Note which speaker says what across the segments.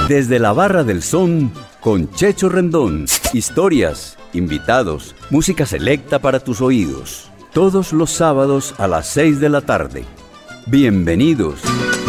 Speaker 1: Desde la Barra del Son con Checho Rendón. Historias, invitados, música selecta para tus oídos. Todos los sábados a las 6 de la tarde. Bienvenidos.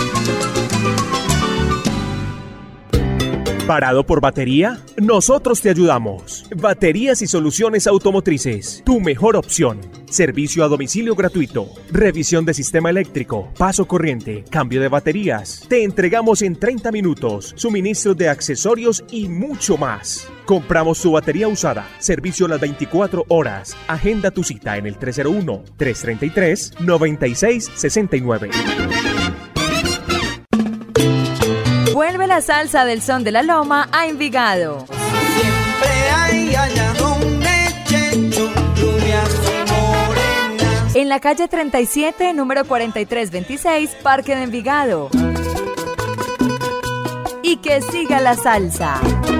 Speaker 2: ¿Parado por batería? Nosotros te ayudamos. Baterías y soluciones automotrices. Tu mejor opción. Servicio a domicilio gratuito. Revisión de sistema eléctrico. Paso corriente. Cambio de baterías. Te entregamos en 30 minutos. Suministro de accesorios y mucho más. Compramos tu batería usada. Servicio las 24 horas. Agenda tu cita en el 301-333-9669.
Speaker 3: Vuelve la salsa del son de la Loma a Envigado.
Speaker 4: Siempre hay allá donde Checho, rubias y morenas.
Speaker 3: En la calle 37, número 4326, Parque de Envigado. Y que siga la salsa.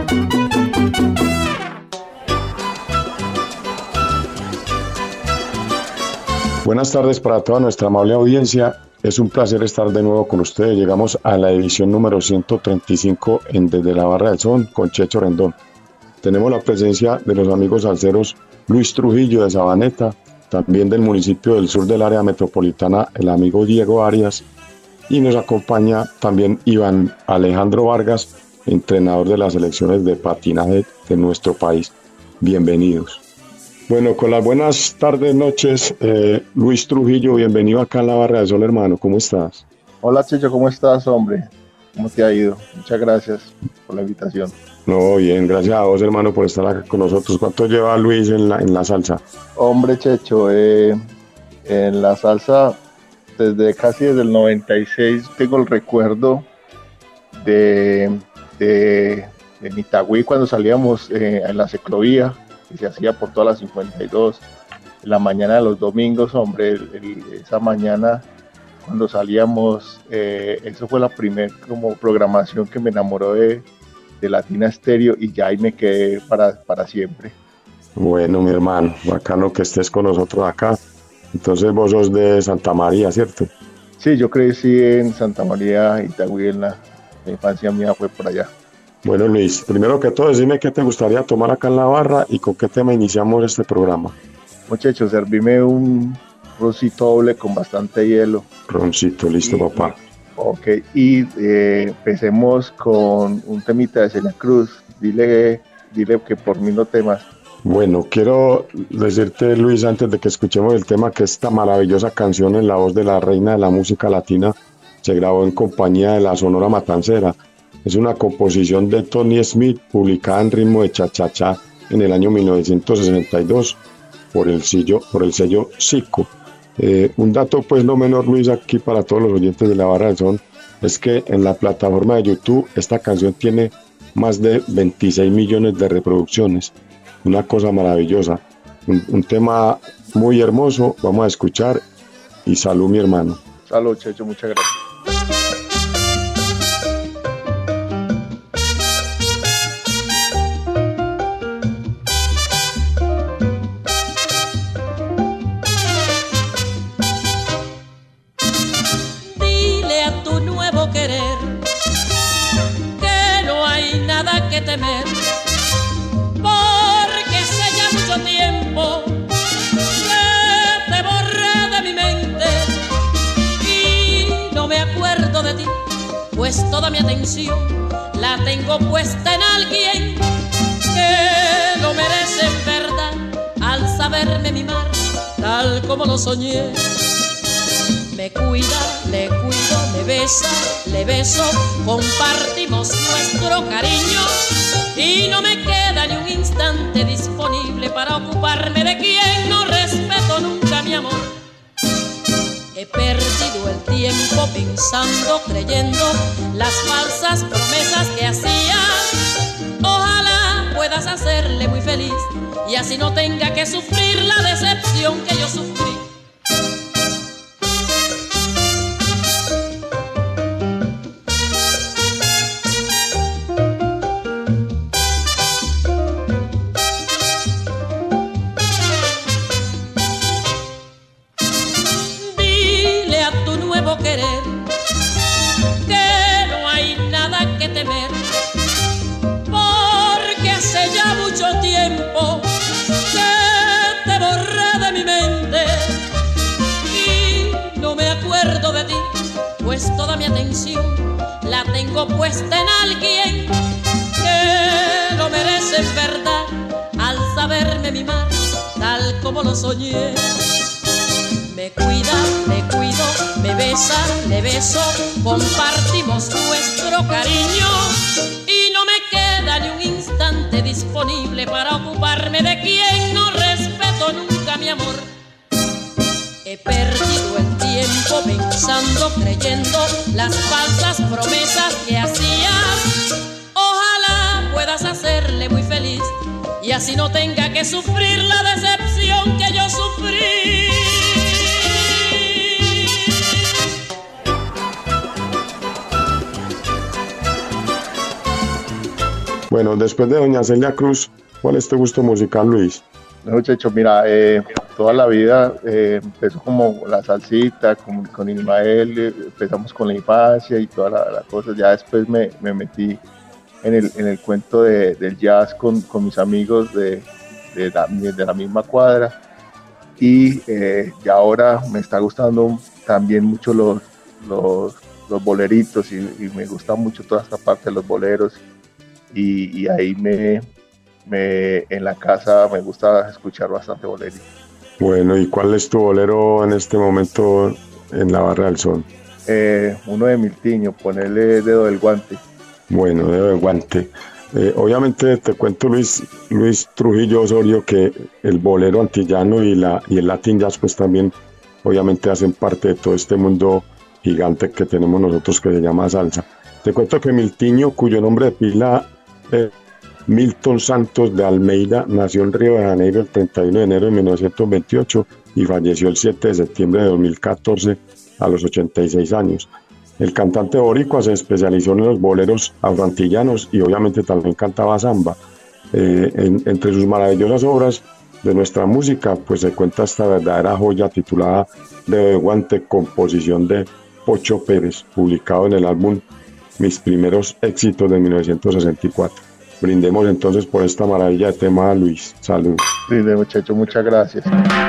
Speaker 5: Buenas tardes para toda nuestra amable audiencia. Es un placer estar de nuevo con ustedes. Llegamos a la edición número 135 en Desde la Barra del Son con Checho Rendón. Tenemos la presencia de los amigos salseros Luis Trujillo de Sabaneta, también del municipio del sur del área metropolitana, el amigo Diego Arias, y nos acompaña también Iván Alejandro Vargas, entrenador de las selecciones de patinaje de nuestro país. Bienvenidos. Bueno, con las buenas tardes, noches, Luis Trujillo, bienvenido acá en la Barra del Sol, hermano, ¿cómo estás?
Speaker 6: Hola, Checho, ¿cómo estás, hombre? ¿Cómo te ha ido? Muchas gracias por la invitación.
Speaker 5: No, bien, gracias a vos, hermano, por estar acá con nosotros. ¿Cuánto lleva Luis en la salsa?
Speaker 6: Hombre, Checho, en la salsa, casi desde el 96, tengo el recuerdo de Mitagüí, cuando salíamos en la ciclovía, que se hacía por todas las 52, en la mañana de los domingos, hombre, esa mañana cuando salíamos, eso fue la primera como programación que me enamoró de Latina Estéreo y ya ahí me quedé para siempre.
Speaker 5: Bueno, mi hermano, bacano que estés con nosotros acá. Entonces vos sos de Santa María, ¿cierto?
Speaker 6: Sí, yo crecí en Santa María, Itagüí, la infancia mía fue por allá.
Speaker 5: Bueno, Luis, primero que todo, decime qué te gustaría tomar acá en la barra y con qué tema iniciamos este programa.
Speaker 6: Muchachos, servime un roncito doble con bastante hielo.
Speaker 5: Roncito, listo, papá.
Speaker 6: Ok, y empecemos con un temita de Celia Cruz. Dile que por mí no temas.
Speaker 5: Bueno, quiero decirte, Luis, antes de que escuchemos el tema, que esta maravillosa canción en la voz de la reina de la música latina se grabó en compañía de la Sonora Matancera. Es una composición de Tony Smith, publicada en ritmo de cha-cha-cha en el año 1962 por el sello Zico. Un dato pues no menor, Luis, aquí para todos los oyentes de la Barra del Son, es que en la plataforma de YouTube esta canción tiene más de 26 millones de reproducciones. Una cosa maravillosa, un tema muy hermoso. Vamos a escuchar y salud, mi hermano.
Speaker 6: Salud, Checho, muchas gracias.
Speaker 7: Temer, porque hace ya mucho tiempo que te borré de mi mente y no me acuerdo de ti, pues toda mi atención la tengo puesta en alguien que lo merece en verdad al saberme mimar tal como lo soñé. Me cuida, le cuido, me besa, le beso, compartimos nuestro cariño y no me queda ni un instante disponible para ocuparme de quien no respeto nunca mi amor. He perdido el tiempo pensando, creyendo las falsas promesas que hacías. Ojalá puedas hacerle muy feliz y así no tenga que sufrir la decepción que yo sufrí. Querer que no hay nada que temer, toda mi atención la tengo puesta en alguien que lo merece en verdad, al saberme mimar tal como lo soñé. Me cuida, me cuido, me besa, le beso, compartimos nuestro cariño y no me queda ni un instante disponible para ocuparme de quien no respeto nunca mi amor. He perdido el tiempo pensando, creyendo las falsas promesas que hacías. Ojalá puedas hacerle muy feliz y así no tenga que sufrir la decepción que yo sufrí.
Speaker 5: Bueno, después de doña Celia Cruz, ¿cuál es tu gusto musical, Luis?
Speaker 6: No, muchachos, mira, toda la vida empezó como la salsita, con Ismael, empezamos con la infancia y toda la cosa. Ya después me metí en el cuento del jazz con mis amigos de la misma cuadra y ya ahora me está gustando también mucho los boleritos y me gusta mucho toda esta parte de los boleros y ahí en la casa me gusta escuchar bastante bolerito.
Speaker 5: Bueno, ¿y cuál es tu bolero en este momento en la Barra del Son?
Speaker 6: Uno de Miltiño, ponerle Dedo del Guante.
Speaker 5: Bueno, Dedo del Guante. Obviamente te cuento, Luis Trujillo Osorio, que el bolero antillano y el Latin Jazz pues también obviamente hacen parte de todo este mundo gigante que tenemos nosotros que se llama salsa. Te cuento que Miltiño, cuyo nombre de pila Milton Santos de Almeida, nació en Río de Janeiro el 31 de enero de 1928 y falleció el 7 de septiembre de 2014 a los 86 años. El cantante boricua se especializó en los boleros afroantillanos y obviamente también cantaba samba. Entre sus maravillosas obras de nuestra música, pues se cuenta esta verdadera joya titulada Dedo de Guante, composición de Pocho Pérez, publicado en el álbum Mis Primeros Éxitos de 1964. Brindemos entonces por esta maravilla de tema, Luis. Salud.
Speaker 6: Brinde, muchachos, muchas gracias.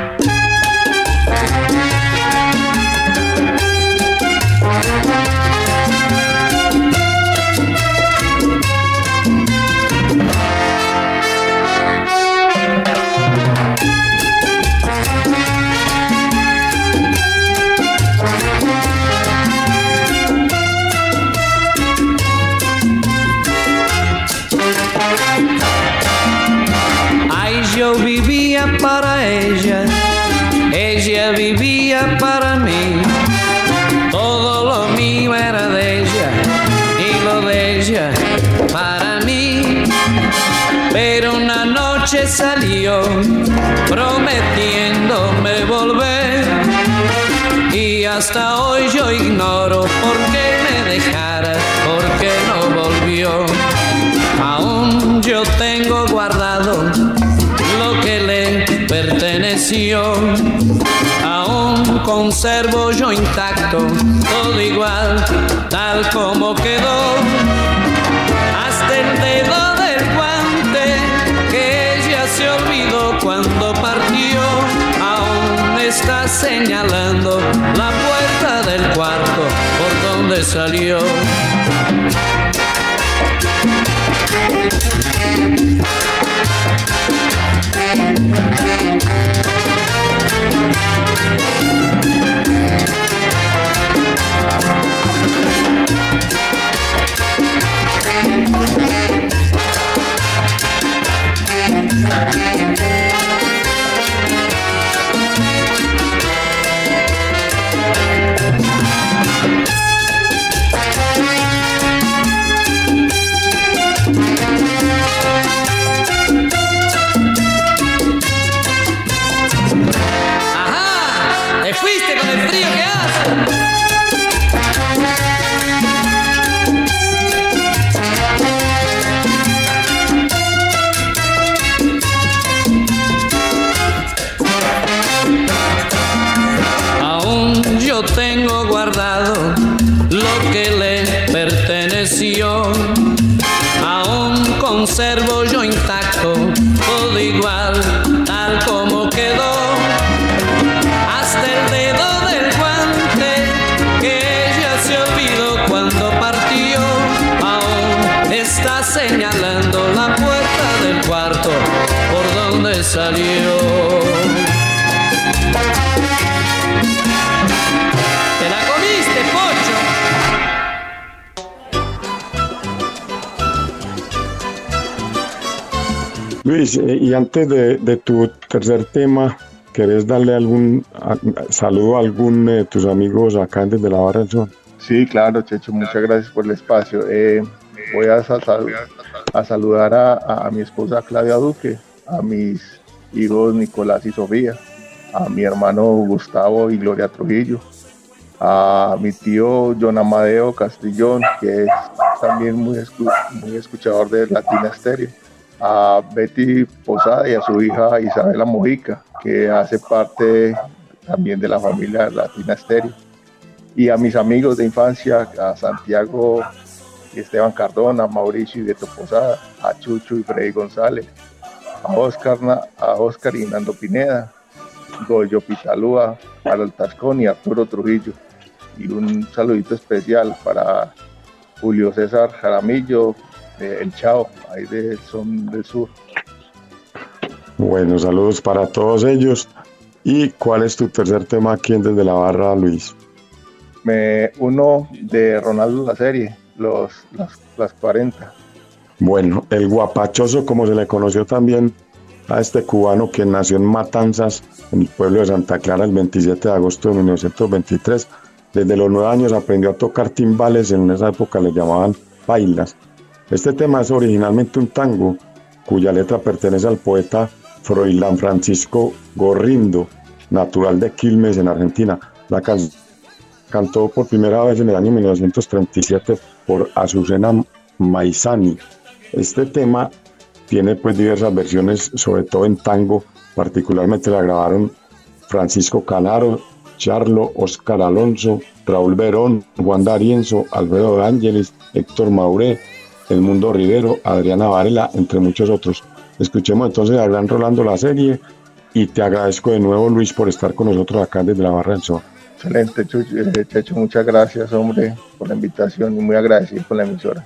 Speaker 4: Yo vivía para ella vivía para mí. Todo lo mío era de ella y lo de ella para mí. Pero una noche salió prometiéndome volver y hasta hoy yo ignoro por qué me dejara, por qué no volvió. Aún yo tengo guardado lo que le perteneció, aún conservo yo intacto todo igual, tal como quedó, hasta el dedo del guante que ella se olvidó cuando partió, aún está señalando la puerta del cuarto por donde salió. Tengo guardado lo que le perteneció, aún conservo yo intacto todo igual, tal como quedó, hasta el dedo del guante que ella se olvidó señalando la puerta del cuarto por donde salió. ¡Te la comiste, Pocho!
Speaker 5: Luis, y antes de tu tercer tema, ¿querés darle algún saludo a algún de tus amigos acá desde la Barra del Sol?
Speaker 6: Sí, claro, Checho, muchas gracias por el espacio. Voy a saludar a mi esposa Claudia Duque, a mis hijos Nicolás y Sofía, a mi hermano Gustavo y Gloria Trujillo, a mi tío John Amadeo Castrillón, que es también muy escuchador de Latina Stereo, a Betty Posada y a su hija Isabela Mojica, que hace parte también de la familia Latina Stereo, y a mis amigos de infancia, a Santiago y Esteban Cardona, a Mauricio y Beto Posada, a Chucho y Freddy González, a Oscar y Nando Pineda, Goyo Pitalúa, Harold Tascón y Arturo Trujillo. Y un saludito especial para Julio César Jaramillo, el Chao, ahí del Son del Sur.
Speaker 5: Bueno, saludos para todos ellos. ¿Y cuál es tu tercer tema aquí en Desde la Barra, Luis?
Speaker 6: Uno de Ronaldo la serie, las 40.
Speaker 5: Bueno, el guapachoso, como se le conoció también a este cubano que nació en Matanzas, en el pueblo de Santa Clara, el 27 de agosto de 1923. Desde los 9 años aprendió a tocar timbales, en esa época le llamaban pailas. Este tema es originalmente un tango, cuya letra pertenece al poeta Froilán Francisco Gorrindo, natural de Quilmes, en Argentina. La canción cantó por primera vez en el año 1937 por Azucena Maizani. Este tema tiene pues diversas versiones, sobre todo en tango, particularmente la grabaron Francisco Canaro, Charlo, Oscar Alonso, Raúl Verón, Juan D'Arienzo, Alfredo de Ángeles, Héctor Mauré, Edmundo Rivero, Adriana Varela, entre muchos otros. Escuchemos entonces a Gran Rolando la serie y te agradezco de nuevo, Luis, por estar con nosotros acá desde la Barra del Sol.
Speaker 6: Excelente, Checho, muchas gracias, hombre, por la invitación y muy agradecido por la emisora.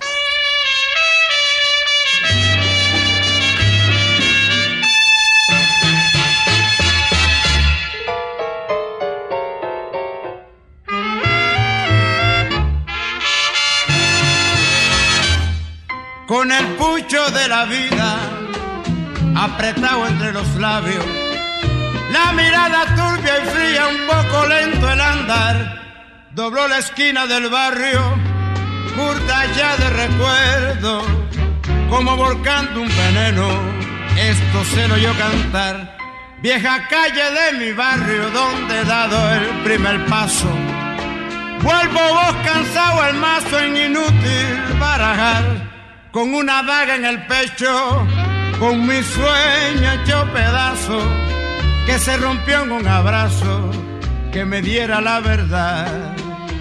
Speaker 8: Con el pucho de la vida apretado entre los labios, la mirada turbia y fría, un poco lento el andar, dobló la esquina del barrio, curta ya de recuerdo, como volcando un veneno, esto se lo oyó cantar. Vieja calle de mi barrio donde he dado el primer paso, vuelvo vos cansado el mazo en inútil barajar, con una daga en el pecho, con mi sueño hecho pedazo, que se rompió en un abrazo que me diera la verdad.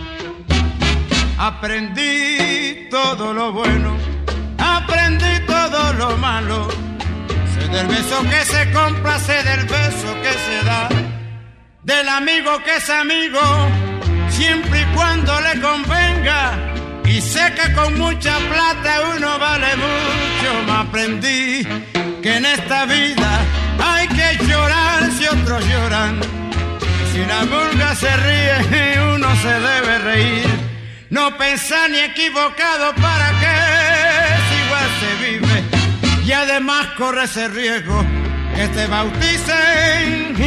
Speaker 8: Aprendí todo lo bueno, aprendí todo lo malo, sé del beso que se compra, sé del beso que se da, del amigo que es amigo, siempre y cuando le convenga, y sé que con mucha plata uno vale mucho. Me aprendí que en esta vida hay que llorar si otros lloran, si la vulga se ríe uno se debe reír, no pensar ni equivocado para que si igual se vive, y además corre ese riesgo que te bauticen.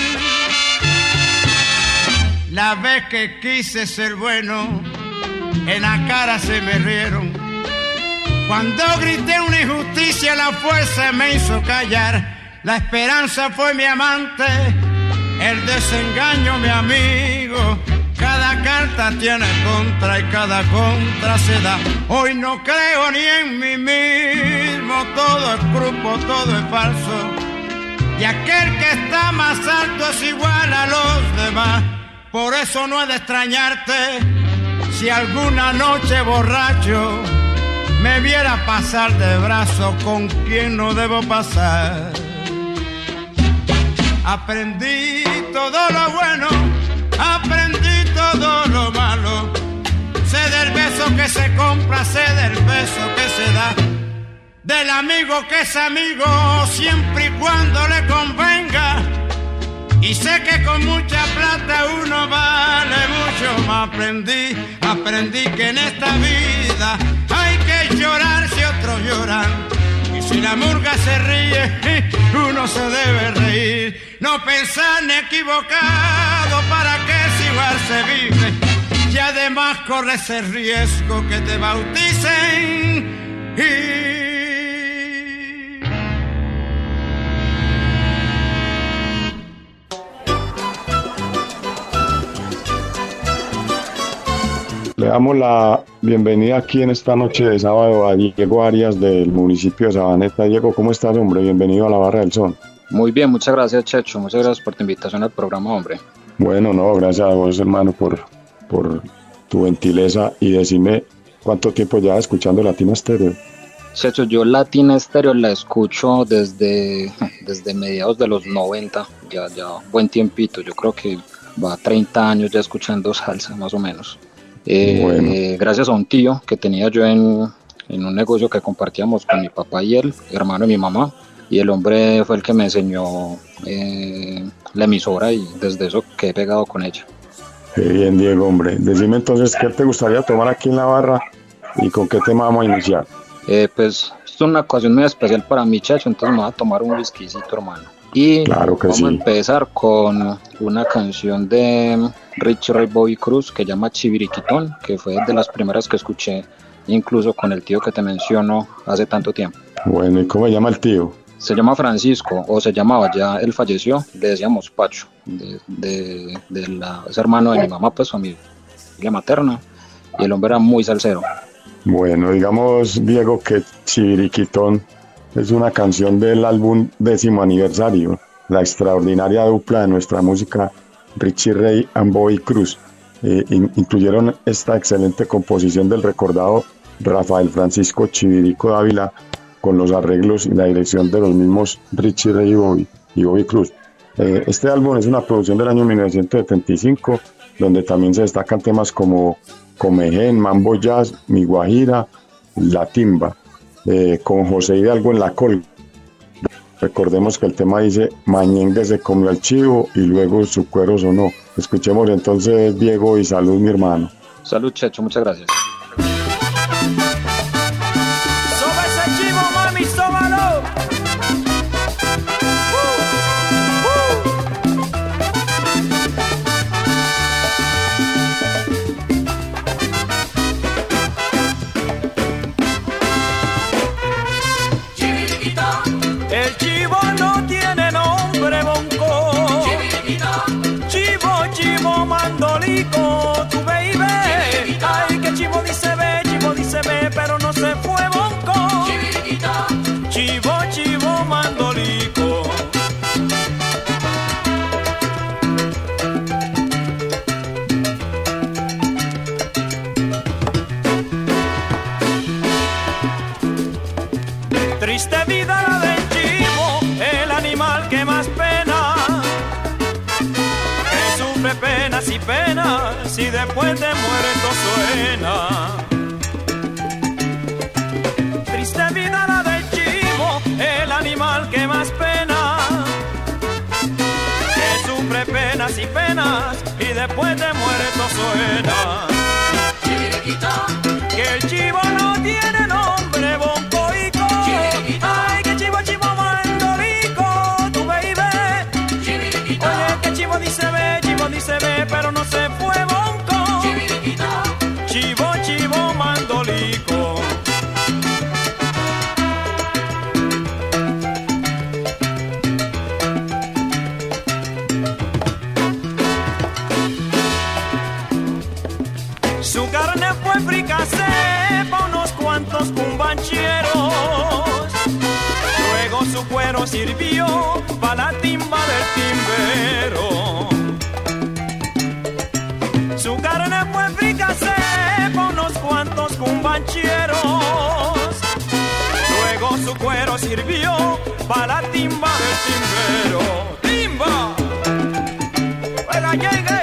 Speaker 8: La vez que quise ser bueno, en la cara se me rieron. Cuando grité una injusticia, la fuerza me hizo callar. La esperanza fue mi amante, el desengaño mi amigo. Cada carta tiene contra y cada contra se da. Hoy no creo ni en mí mismo, todo es grupo, todo es falso. Y aquel que está más alto es igual a los demás. Por eso no he de extrañarte si alguna noche borracho me viera pasar de brazo con quien no debo pasar. Aprendí todo lo bueno, aprendí todo lo malo, sé del beso que se compra, sé del beso que se da, del amigo que es amigo siempre y cuando le convenga. Y sé que con mucha plata uno vale mucho más. Aprendí que en esta vida hay que llorar si otros lloran. Y si la murga se ríe, uno se debe reír. No pensar ni equivocado, para que si igual se vive. Y además corres el riesgo que te bauticen
Speaker 5: Le damos la bienvenida aquí en esta noche de sábado a Diego Arias del municipio de Sabaneta. Diego, ¿cómo estás, hombre? Bienvenido a la Barra del Son.
Speaker 9: Muy bien, muchas gracias, Checho. Muchas gracias por tu invitación al programa, hombre.
Speaker 5: Bueno, no, gracias a vos, hermano, por tu gentileza. Y decime, ¿cuánto tiempo llevas escuchando Latina Estéreo?
Speaker 9: Checho, yo Latina Estéreo la escucho desde mediados de los 90, ya buen tiempito. Yo creo que va 30 años ya escuchando salsa, más o menos. Bueno. Gracias a un tío que tenía yo en un negocio que compartíamos con mi papá y él, hermano de mi mamá, y el hombre fue el que me enseñó la emisora y desde eso quedé pegado con ella.
Speaker 5: Qué bien, Diego, hombre. Decime entonces, ¿qué te gustaría tomar aquí en la barra y con qué tema vamos a iniciar?
Speaker 9: Pues es una ocasión muy especial para mí, Checho, entonces me voy a tomar un whiskycito, hermano. Y
Speaker 5: claro que
Speaker 9: vamos
Speaker 5: sí.
Speaker 9: a empezar con una canción de Richie Ray Bobby Cruz que llama Chiviriquitón, que fue de las primeras que escuché, incluso con el tío que te menciono hace tanto tiempo.
Speaker 5: Bueno, ¿y cómo se llama el tío?
Speaker 9: Se llama Francisco, o se llamaba, ya él falleció, le decíamos Pacho, es hermano de mi mamá, pues familia materna, y el hombre era muy salsero.
Speaker 5: Bueno, digamos, Diego, que Chiviriquitón es una canción del álbum 10º aniversario, la extraordinaria dupla de nuestra música, Richie Ray and Bobby Cruz. Incluyeron esta excelente composición del recordado Rafael Francisco Chivirico Dávila, con los arreglos y la dirección de los mismos Richie Ray y Bobby Cruz. Este álbum es una producción del año 1975, donde también se destacan temas como Comején, Mambo Jazz, Mi Guajira, La Timba, con José Hidalgo en la colga. Recordemos que el tema dice: Mañengue se comió al chivo y luego su cuero sonó. Escuchemos entonces, Diego, y salud, mi hermano.
Speaker 9: Salud, Checho, muchas gracias.
Speaker 7: Soba ese chivo, mami, sóbalo. El chivo no tiene nombre, bonco. Chivo, chivo, mandolico, tu baby. Ay, que chivo dice ve, pero no se fue, bonco. Chivo, chivo, mandolico. Triste vida la del chivo, el animal que más pena, que sufre penas y penas y después de muerto suena. Triste vida la del chivo, el animal que más pena, que sufre penas y penas y después de muerto suena. Que el chivo no tiene nombre, bonco. Ay, que chivo, chivo, mandolico, tu baby. Oye, que chivo dice ve, pero no se fue, bonco. Chivo, chivo, mandolico. Su carne fue fricasé pa' unos cuantos cumbancheros. Luego su cuero sirvió pa' la timba del timbero. Su carne fue fricasé pa' unos cuantos cumbancheros. Luego su cuero sirvió pa' la timba del timbero. ¡Timba! ¡Juega, llegue!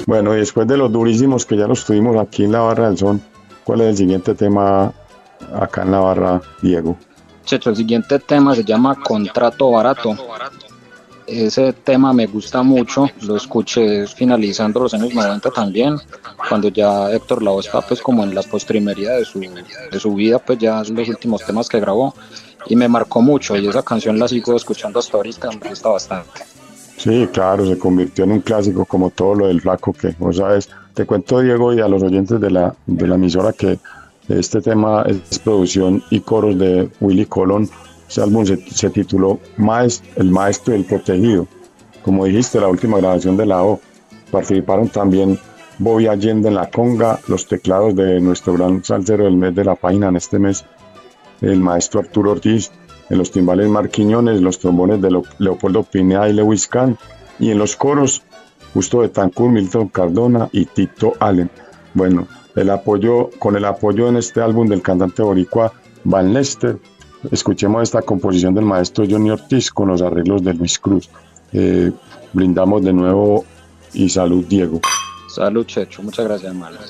Speaker 5: Bueno, y después de los durísimos que ya los tuvimos aquí en la Barra del Son, ¿cuál es el siguiente tema acá en la barra, Diego?
Speaker 9: Checho, el siguiente tema se llama Contrato Barato. Ese tema me gusta mucho, lo escuché finalizando los años 90 también, cuando ya Héctor Lavoe está pues como en la postrimería de su vida, pues ya es los últimos temas que grabó, y me marcó mucho, y esa canción la sigo escuchando hasta ahorita, me gusta bastante.
Speaker 5: Sí, claro, se convirtió en un clásico como todo lo del Flaco, que vos sabes. Te cuento, Diego, y a los oyentes de la emisora que este tema es producción y coros de Willy Colón. Ese álbum se tituló El Maestro del Protegido. Como dijiste, la última grabación de la O. Participaron también Bobby Allende en la conga, los teclados de nuestro gran salsero del mes de la página en este mes, el maestro Arturo Ortiz, en los timbales Marc Quiñones, los trombones de Leopoldo Pineda y Lewis Kahn, y en los coros Justo Betancourt, Milton Cardona y Tito Allen. Bueno, con el apoyo en este álbum del cantante boricua Van Lester, escuchemos esta composición del maestro Johnny Ortiz con los arreglos de Luis Cruz. Brindamos de nuevo y salud, Diego.
Speaker 9: Salud, Checho, muchas gracias, Malas.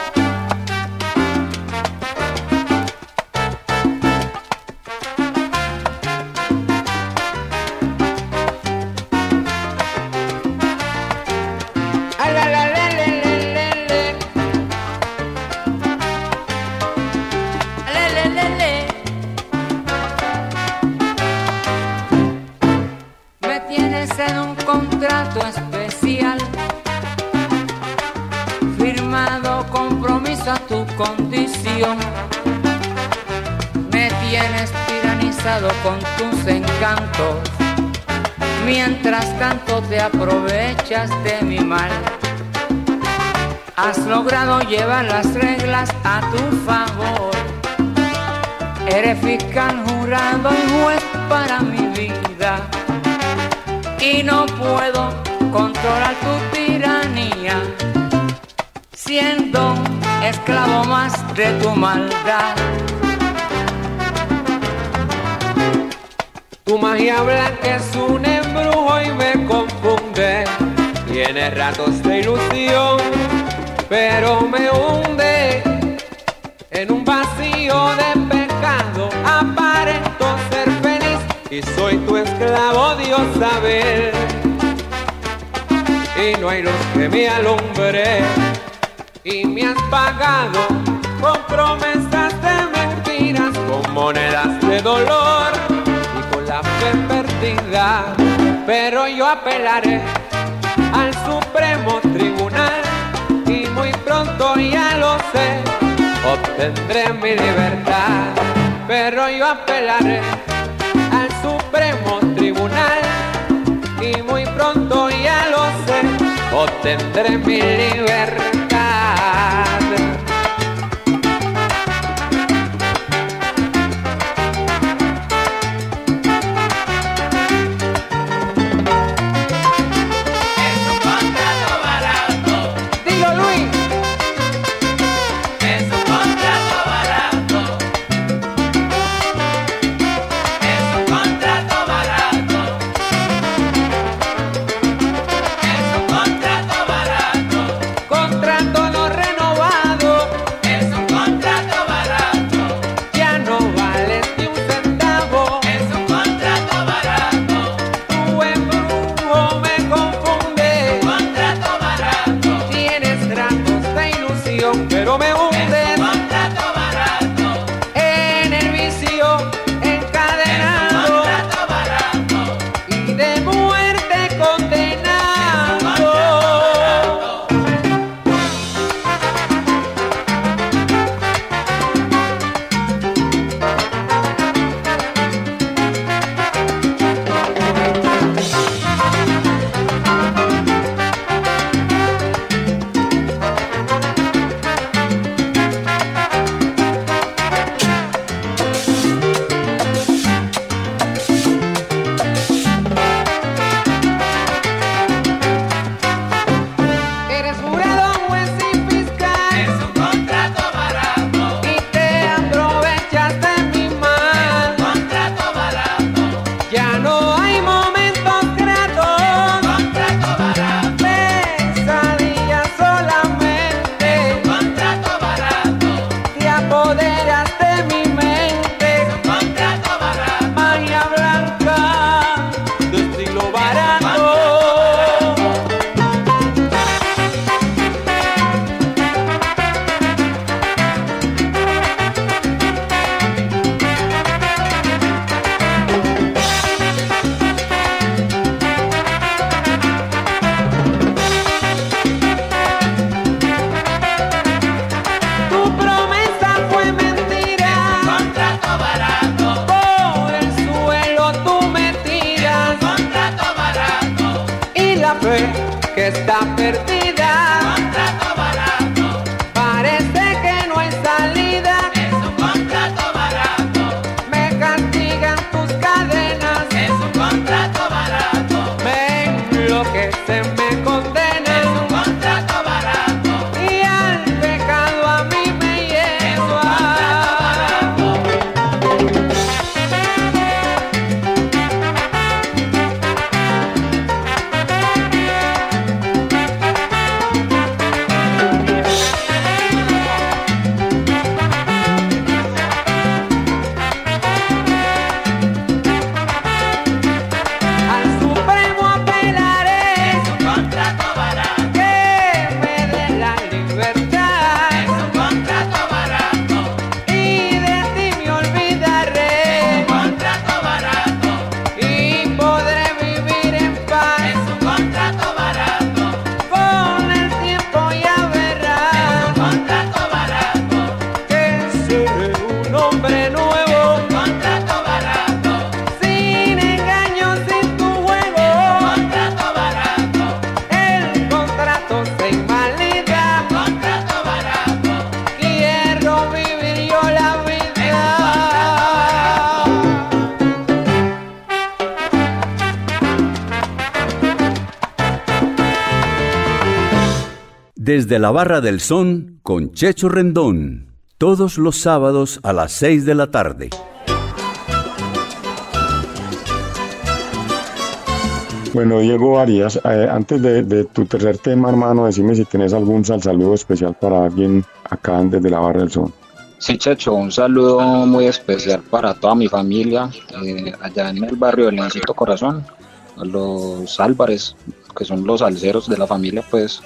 Speaker 10: Con tus encantos, mientras tanto te aprovechas de mi mal. Has logrado llevar las reglas a tu favor. Eres fiscal, jurado y juez para mi vida, y no puedo controlar tu tiranía, siendo esclavo más de tu maldad.
Speaker 11: Tu magia blanca es un embrujo y me confunde. Tiene ratos de ilusión, pero me hunde en un vacío de pecado. Aparento ser feliz y soy tu esclavo, Dios sabe. Y no hay luz que me alumbre, y me has pagado con promesas de mentiras, con monedas de dolor, la fe perdida. Pero yo apelaré al Supremo Tribunal y muy pronto, ya lo sé, obtendré mi libertad. Pero yo apelaré al Supremo Tribunal y muy pronto, ya lo sé, obtendré mi libertad.
Speaker 10: Contra
Speaker 11: sabe que está perdida.
Speaker 10: Contrato barato,
Speaker 11: Parece que no hay salida.
Speaker 10: es un contrato barato,
Speaker 11: Me castigan tus cadenas.
Speaker 10: es un contrato barato,
Speaker 11: Me enloquece, me condena.
Speaker 10: es un contrato barato,
Speaker 11: Y al pecado a mí me
Speaker 10: es un
Speaker 11: lleva.
Speaker 10: contrato barato.
Speaker 11: Al Supremo apelaré.
Speaker 10: Es un contrato barato,
Speaker 11: Que me dé la libertad.
Speaker 10: es un contrato barato,
Speaker 11: Y de ti me olvidaré.
Speaker 10: contrato barato,
Speaker 11: Y podré vivir en paz.
Speaker 10: es un contrato barato,
Speaker 11: Con el tiempo ya verás
Speaker 10: contrato barato,
Speaker 11: que seré un hombre nuevo.
Speaker 10: contrato barato,
Speaker 11: Sin engaño, sin tu juego.
Speaker 10: contrato barato,
Speaker 11: El contrato se invalida.
Speaker 10: contrato barato.
Speaker 11: Quiero vivir yo la vida.
Speaker 1: Desde la Barra del Son con Checho Rendón. Todos los sábados a las 6 de la tarde.
Speaker 5: Bueno, Diego Arias, antes de tu tercer tema, hermano, decime si tenés algún saludo especial para alguien acá desde la Barra del Son.
Speaker 9: Sí, Checho, un saludo muy especial para toda mi familia, allá en el barrio del Leoncito Corazón, a los Álvarez, que son los salseros de la familia, pues,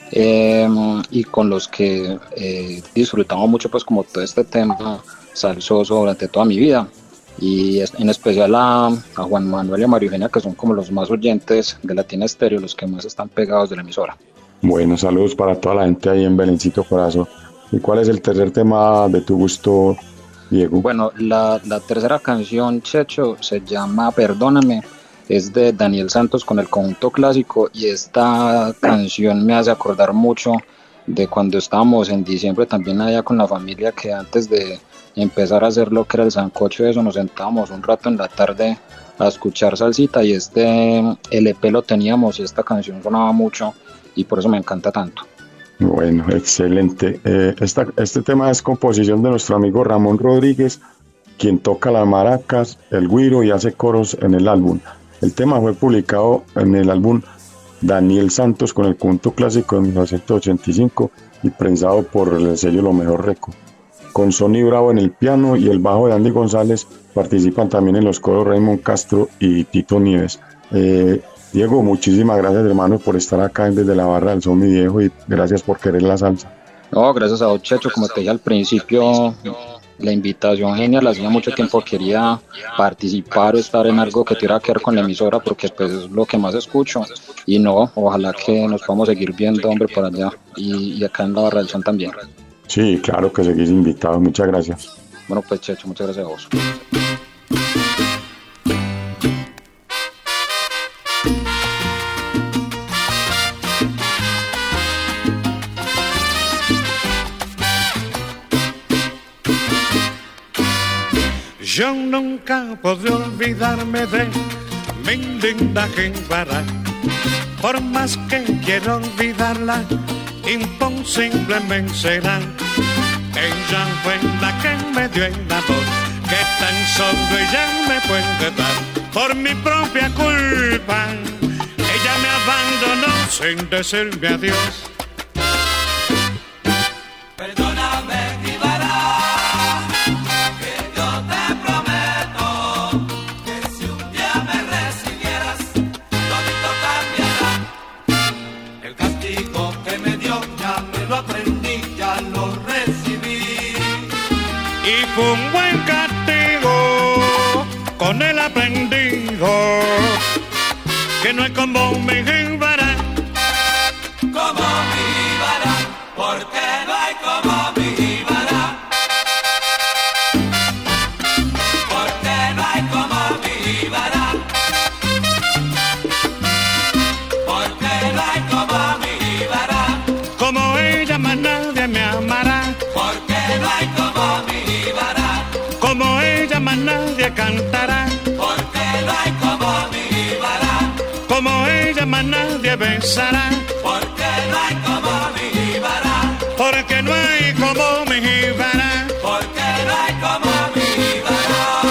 Speaker 9: y con los que disfrutamos mucho, pues, como todo este tema salsoso durante toda mi vida. Y en especial a Juan Manuel y a María Eugenia, que son como los más oyentes de Latina Estéreo, los que más están pegados de la emisora.
Speaker 5: Bueno, saludos para toda la gente ahí en Belencito Corazón. ¿Y cuál es el tercer tema de tu gusto, Diego?
Speaker 9: Bueno, la tercera canción, Checho, se llama Perdóname, es de Daniel Santos con el conjunto clásico, y esta canción me hace acordar mucho de cuando estábamos en diciembre también allá con la familia, que antes de empezar a hacer lo que era el sancocho, eso nos sentábamos un rato en la tarde a escuchar salsita, y este LP lo teníamos y esta canción sonaba mucho y por eso me encanta tanto.
Speaker 5: Bueno, excelente. Este tema es composición de nuestro amigo Ramón Rodríguez, quien toca las maracas, el güiro y hace coros en el álbum. El tema fue publicado en el álbum Daniel Santos con el conjunto clásico en 1985 y prensado por el sello Lo Mejor Record. Con Sonny Bravo en el piano y el bajo de Andy González, participan también en los coros Raymond Castro y Tito Nieves. Diego, muchísimas gracias, hermano, por estar acá desde la Barra del Son, mi viejo, y gracias por querer la salsa.
Speaker 9: No, gracias a vos, Checho, como te dije al principio, la invitación genial, hacía mucho tiempo quería participar o estar en algo que tuviera que ver con la emisora, porque pues es lo que más escucho, y no, ojalá que nos podamos seguir viendo, hombre, por allá, y acá en la Barra del Son también.
Speaker 5: Sí, claro que seguís invitado, muchas gracias.
Speaker 9: Bueno, pues, Checho, muchas gracias a vos.
Speaker 8: Yo nunca podré olvidarme de mi linda Jimbara. Por más que quiera olvidarla, imposible me será. Ella fue la que me dio el amor que tan solo ella me puede dar. Por mi propia culpa, ella me abandonó sin decirme adiós.
Speaker 10: Perdóname, Jimbara, que yo te prometo que si un día me recibieras, todito cambiará. El castigo que me dio ya me lo aprendí, ya lo recibí.
Speaker 8: Y fue un buen castigo con el aprendido, que no es como mi Jimbara.
Speaker 10: Como mi Jimbara, porque no hay como mi Jimbara. Porque no hay como mi Jimbara. Porque
Speaker 8: ella más nadie besará.
Speaker 10: Porque no hay como mi jíbara.
Speaker 8: Porque no hay como mi jíbara.
Speaker 10: Porque no hay como mi jíbara.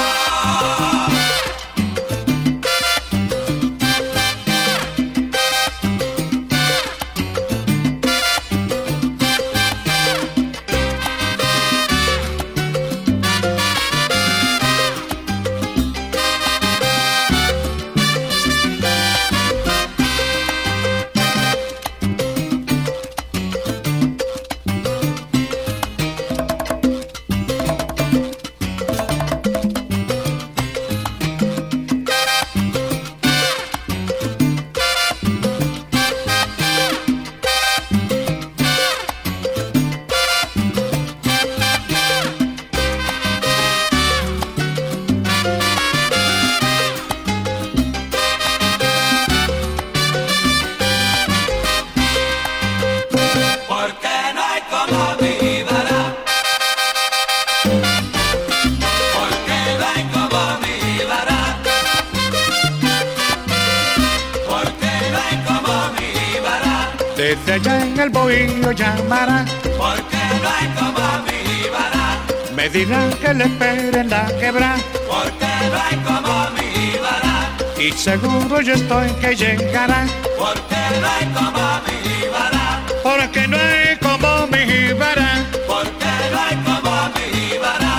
Speaker 8: Desde allá en el bohío llamará.
Speaker 10: Porque no hay como mi jíbara.
Speaker 8: Me dirán que le esperen la quebra.
Speaker 10: Porque no hay como mi jíbara.
Speaker 8: Y seguro yo estoy que llegará.
Speaker 10: Porque no hay como mi jíbara.
Speaker 8: Porque no hay como mi jíbara.
Speaker 10: Porque no hay como mi jíbara.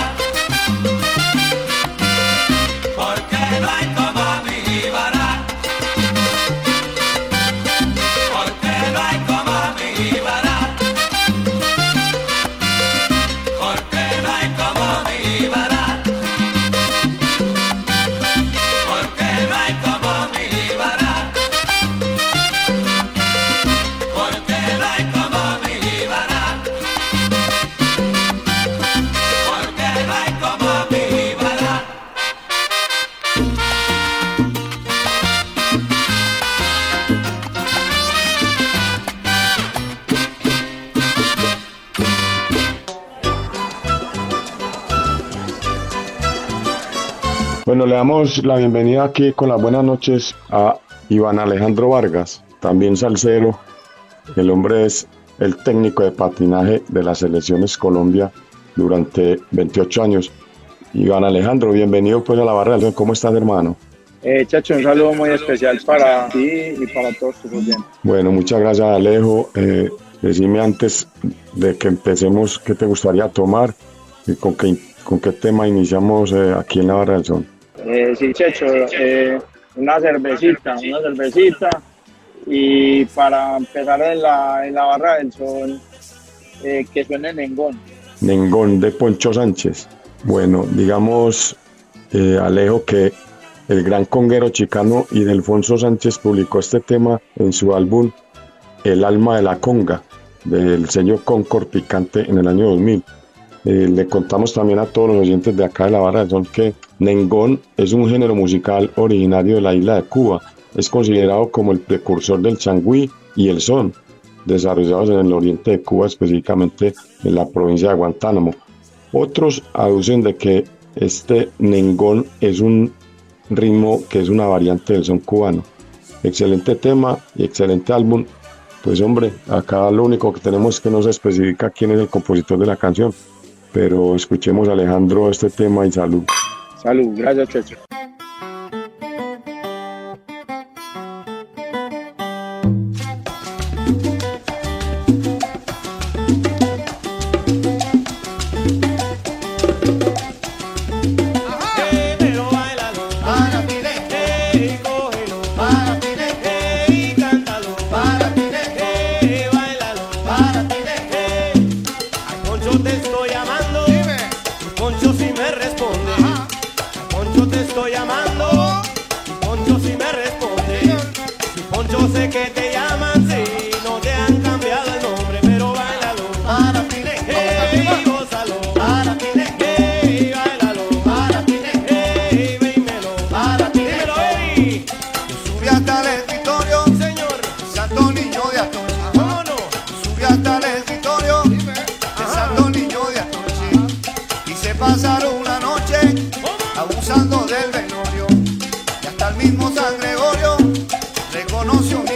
Speaker 10: Porque no hay como mi jíbara. Porque no hay como mi jíbara. Porque no hay como mi jíbara. Porque no hay como mi jíbara. Porque no hay como mi jíbara. Porque no hay como mi jíbara.
Speaker 5: Bueno, le damos la bienvenida aquí con las buenas noches a Iván Alejandro Vargas, también salsero. El hombre es el técnico de patinaje de las selecciones Colombia durante 28 años. Iván Alejandro, bienvenido pues a la Barra del Sol. ¿Cómo estás, hermano?
Speaker 12: Chacho, un saludo muy especial para ti y para todos tus oyentes.
Speaker 5: Bueno, muchas gracias, Alejo. Decime antes de que empecemos qué te gustaría tomar y con qué tema iniciamos aquí en la Barra del Sol.
Speaker 12: Sí, Checho, una cervecita y para empezar en la Barra del Sol, que suene Nengón.
Speaker 5: Nengón de Poncho Sánchez. Bueno, digamos, Alejo, que el gran conguero chicano Ildefonso Sánchez publicó este tema en su álbum El alma de la conga, del sello Concord Picante en el año 2000. Le contamos también a todos los oyentes de acá de la Barra del Sol que Nengón es un género musical originario de la isla de Cuba. Es considerado como el precursor del changüí y el son, desarrollados en el oriente de Cuba, específicamente en la provincia de Guantánamo. Otros aducen de que este Nengón es un ritmo que es una variante del son cubano. Excelente tema y excelente álbum. Pues hombre, acá lo único que tenemos es que no se especifica quién es el compositor de la canción. Pero escuchemos, Alejandro, este tema y salud.
Speaker 12: Salud, gracias, Checho.
Speaker 13: Pasaron una noche abusando del velorio y hasta el mismo San Gregorio reconoció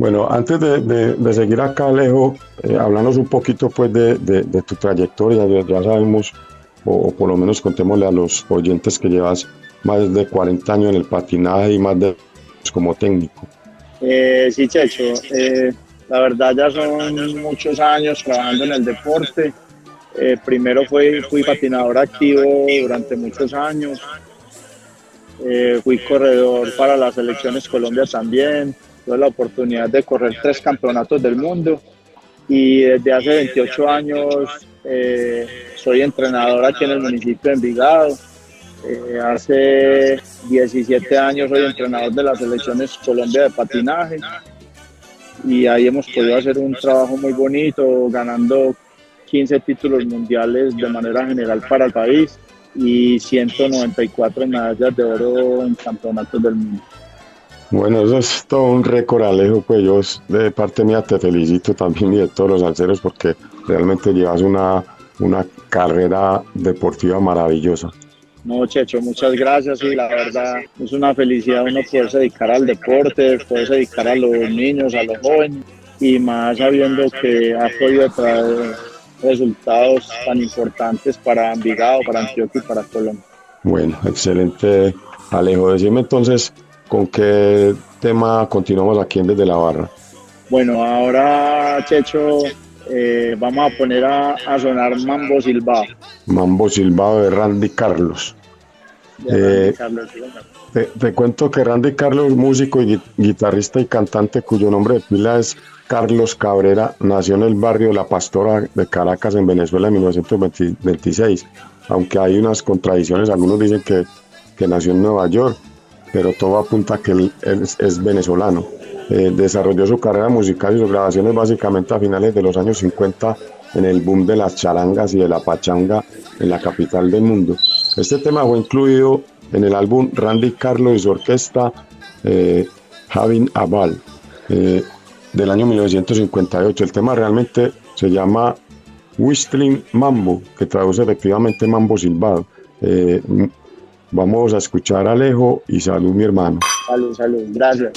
Speaker 5: Bueno, antes de seguir acá, Alejo, háblanos un poquito pues de tu trayectoria. Ya sabemos, o por lo menos contémosle a los oyentes que llevas más de 40 años en el patinaje y más de como técnico.
Speaker 12: Sí, Checho, la verdad ya son muchos años trabajando en el deporte. Primero fui patinador activo durante muchos años. Fui corredor para las selecciones Colombia también. Tuve la oportunidad de correr 3 campeonatos del mundo y desde hace 28 años soy entrenador aquí en el municipio de Envigado. Hace 17 años soy entrenador de las selecciones Colombia de patinaje y ahí hemos podido hacer un trabajo muy bonito, ganando 15 títulos mundiales de manera general para el país y 194 medallas de oro en campeonatos del mundo.
Speaker 5: Bueno, eso es todo un récord, Alejo. Pues yo de parte mía te felicito también y de todos los salseros porque realmente llevas una carrera deportiva maravillosa.
Speaker 12: No, Checho, muchas gracias y la verdad es una felicidad uno poderse dedicar al deporte, poderse dedicar a los niños, a los jóvenes y más sabiendo que ha podido traer resultados tan importantes para Envigado, para Antioquia y para Colombia.
Speaker 5: Bueno, excelente, Alejo. Decime entonces, ¿con qué tema continuamos aquí en Desde la Barra?
Speaker 12: Bueno, ahora, Checho, vamos a poner a sonar Mambo Silbao.
Speaker 5: Mambo Silbao de Randy Carlos. Te cuento que Randy Carlos, músico y guitarrista y cantante cuyo nombre de pila es Carlos Cabrera, nació en el barrio La Pastora de Caracas, en Venezuela, en 1926. Aunque hay unas contradicciones, algunos dicen que nació en Nueva York, pero todo apunta a que él es venezolano. Desarrolló su carrera musical y sus grabaciones básicamente a finales de los años 50 en el boom de las charangas y de la pachanga en la capital del mundo. Este tema fue incluido en el álbum Randy Carlos y su orquesta Having a Ball del año 1958. El tema realmente se llama Whistling Mambo, que traduce efectivamente Mambo Silbado. Vamos a escuchar a Alejo y salud, mi hermano.
Speaker 12: Salud, gracias.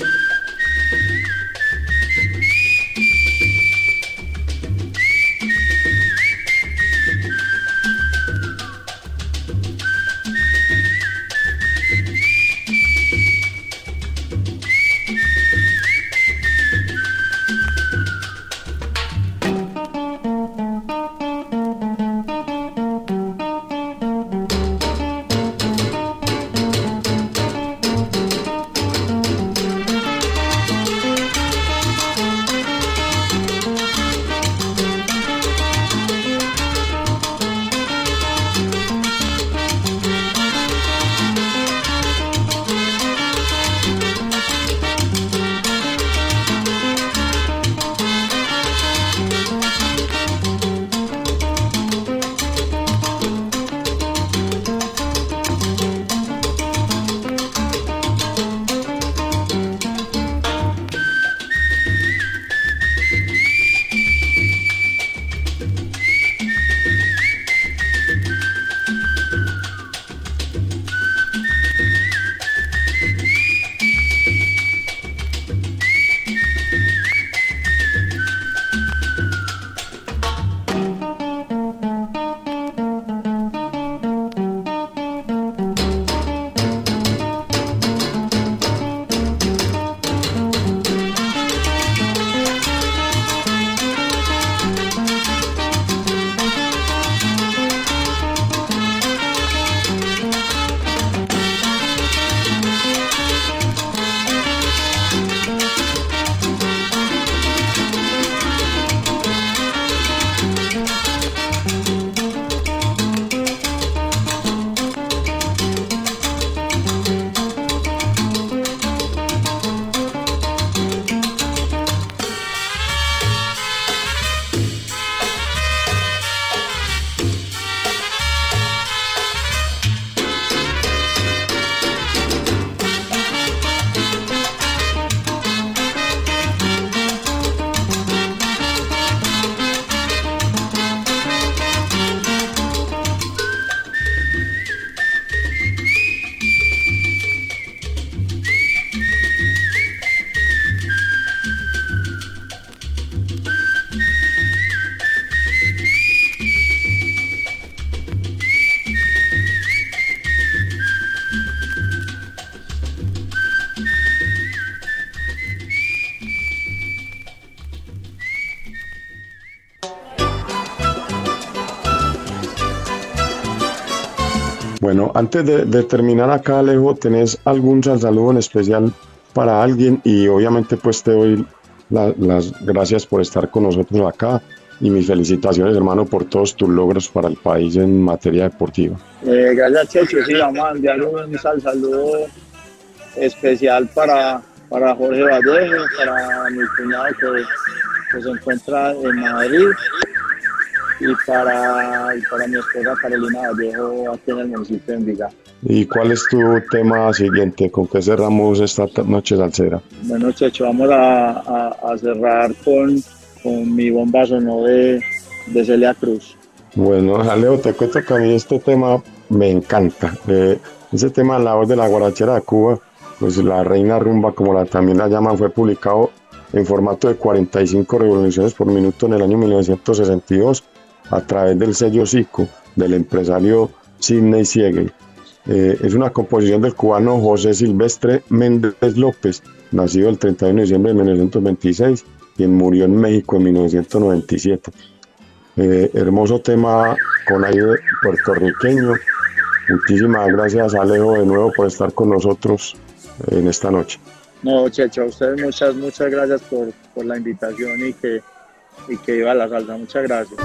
Speaker 5: Bueno, antes de terminar acá, Alejo, ¿tenés algún saludo en especial para alguien? Y obviamente pues te doy las gracias por estar con nosotros acá y mis felicitaciones, hermano, por todos tus logros para el país en materia deportiva.
Speaker 12: Gracias, Checho. Sí, vamos a enviar un saludo especial para Jorge Vallejo, para mi cuñado que se encuentra en Madrid, y para mi esposa Carolina Vallejo aquí en el municipio de Envigado.
Speaker 5: ¿Y cuál es tu tema siguiente? ¿Con qué cerramos esta noche salsera?
Speaker 12: Bueno, Checho, vamos a cerrar con mi bomba sonó de Celia Cruz.
Speaker 5: Bueno, Alejo, te cuento que a mí este tema me encanta. Ese tema, La Voz de la Guarachera de Cuba, pues la Reina Rumba, como también la llaman, fue publicado en formato de 45 revoluciones por minuto en el año 1962 a través del sello Zico del empresario Sidney Siegel. Es una composición del cubano José Silvestre Méndez López, nacido el 31 de diciembre de 1926, quien murió en México en 1997. Hermoso tema con aire puertorriqueño. Muchísimas gracias, Alejo, de nuevo por estar con nosotros en esta noche.
Speaker 12: No, Checho, a ustedes muchas gracias por la invitación y que viva la salsa. Muchas gracias.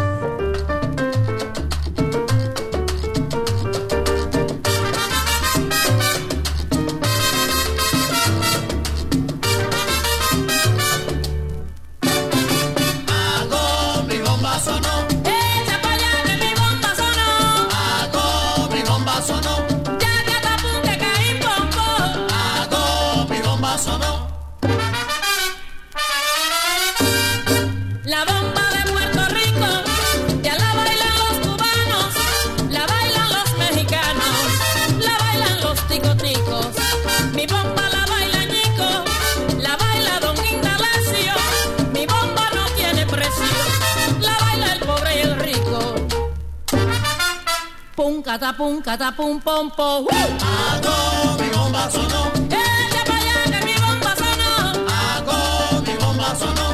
Speaker 7: La bomba de Puerto Rico, ya la bailan los cubanos, la bailan los mexicanos, la bailan los ticoticos. Mi bomba la baila Ñico, la baila Don Indalecio. Mi bomba no tiene precio, la baila el pobre y el rico. Pum, cata, pum, pom, pom.
Speaker 10: Hago mi bomba sonó.
Speaker 7: Echa pa' allá que mi bomba sonó.
Speaker 10: Hago mi bomba sonó.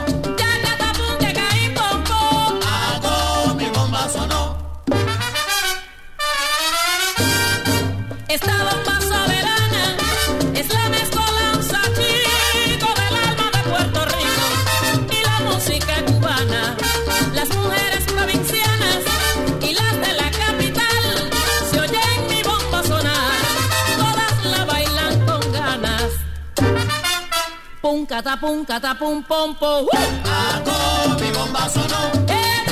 Speaker 7: Esta bomba soberana es la mezcolanza, chico, del alma de Puerto Rico y la música cubana. Las mujeres provincianas y las de la capital se oyen mi bomba sonar, todas la bailan con ganas. Pum, cata, pum, pom, pom.
Speaker 10: Hago mi bomba sonó.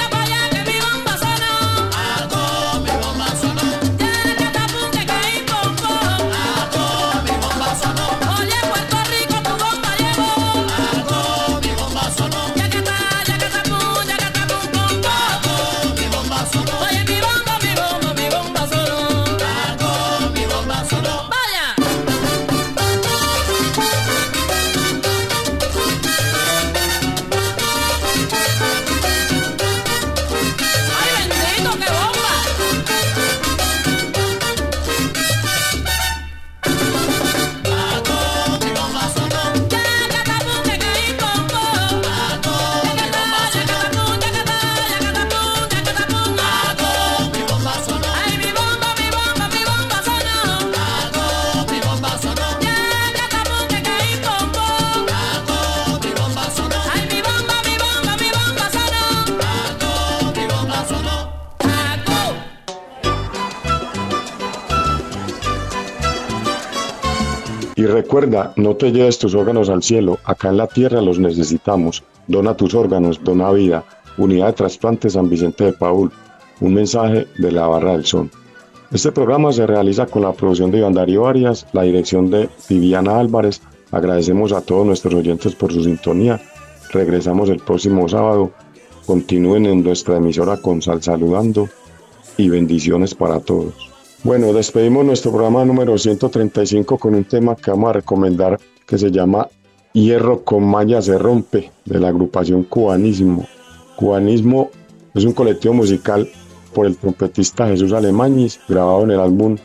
Speaker 5: Y recuerda, no te lleves tus órganos al cielo, acá en la tierra los necesitamos. Dona tus órganos, dona vida. Unidad de Trasplante San Vicente de Paúl. Un mensaje de la Barra del Son. Este programa se realiza con la producción de Iván Darío Arias, la dirección de Viviana Álvarez. Agradecemos a todos nuestros oyentes por su sintonía. Regresamos el próximo sábado. Continúen en nuestra emisora con Sal Saludando y bendiciones para todos. Bueno, despedimos nuestro programa número 135 con un tema que vamos a recomendar que se llama Hierro con Malla se rompe, de la agrupación Cubanismo. Cubanismo es un colectivo musical por el trompetista Jesús Alemañiz, grabado en el álbum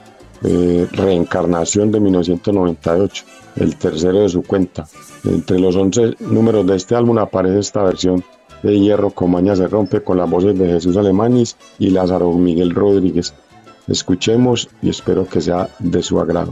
Speaker 5: Reencarnación de 1998, el tercero de su cuenta. Entre los 11 números de este álbum aparece esta versión de Hierro con Malla se rompe con las voces de Jesús Alemañiz y Lázaro Miguel Rodríguez. Escuchemos y espero que sea de su agrado.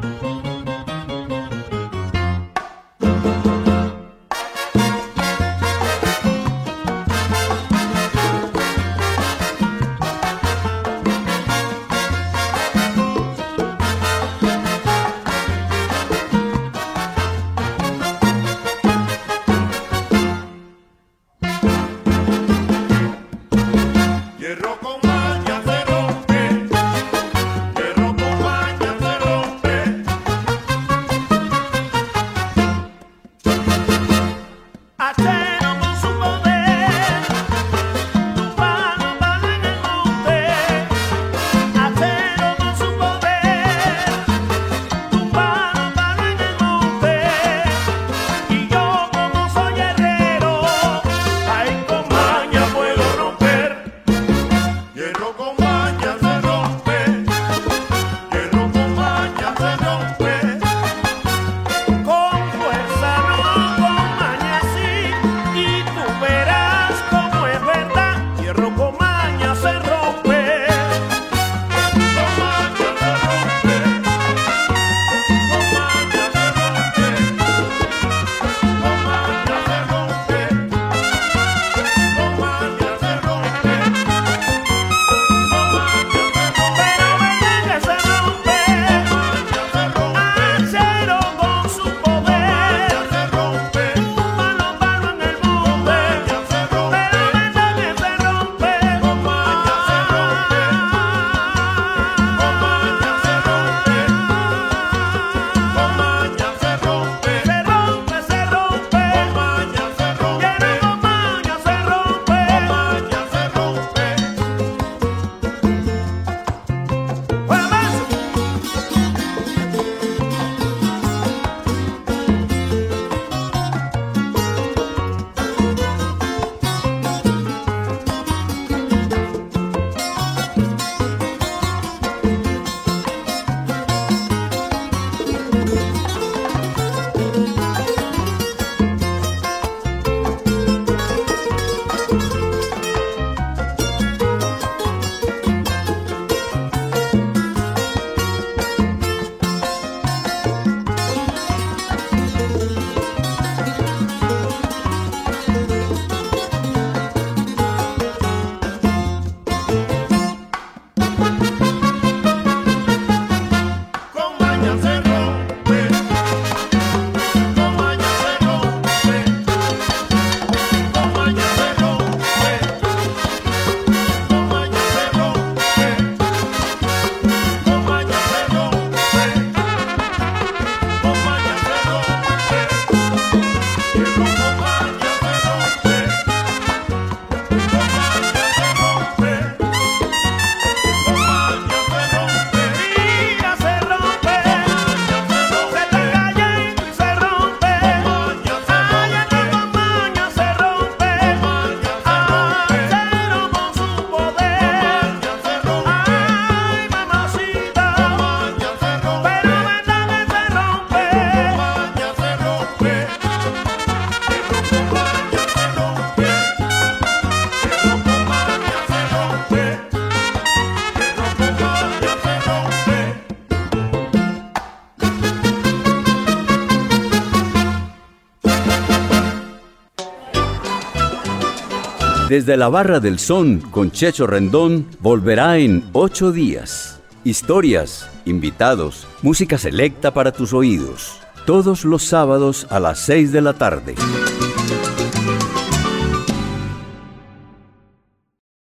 Speaker 1: Desde la Barra del Son con Checho Rendón volverá en 8 días. Historias, invitados, música selecta para tus oídos. Todos los sábados a las 6 de la tarde.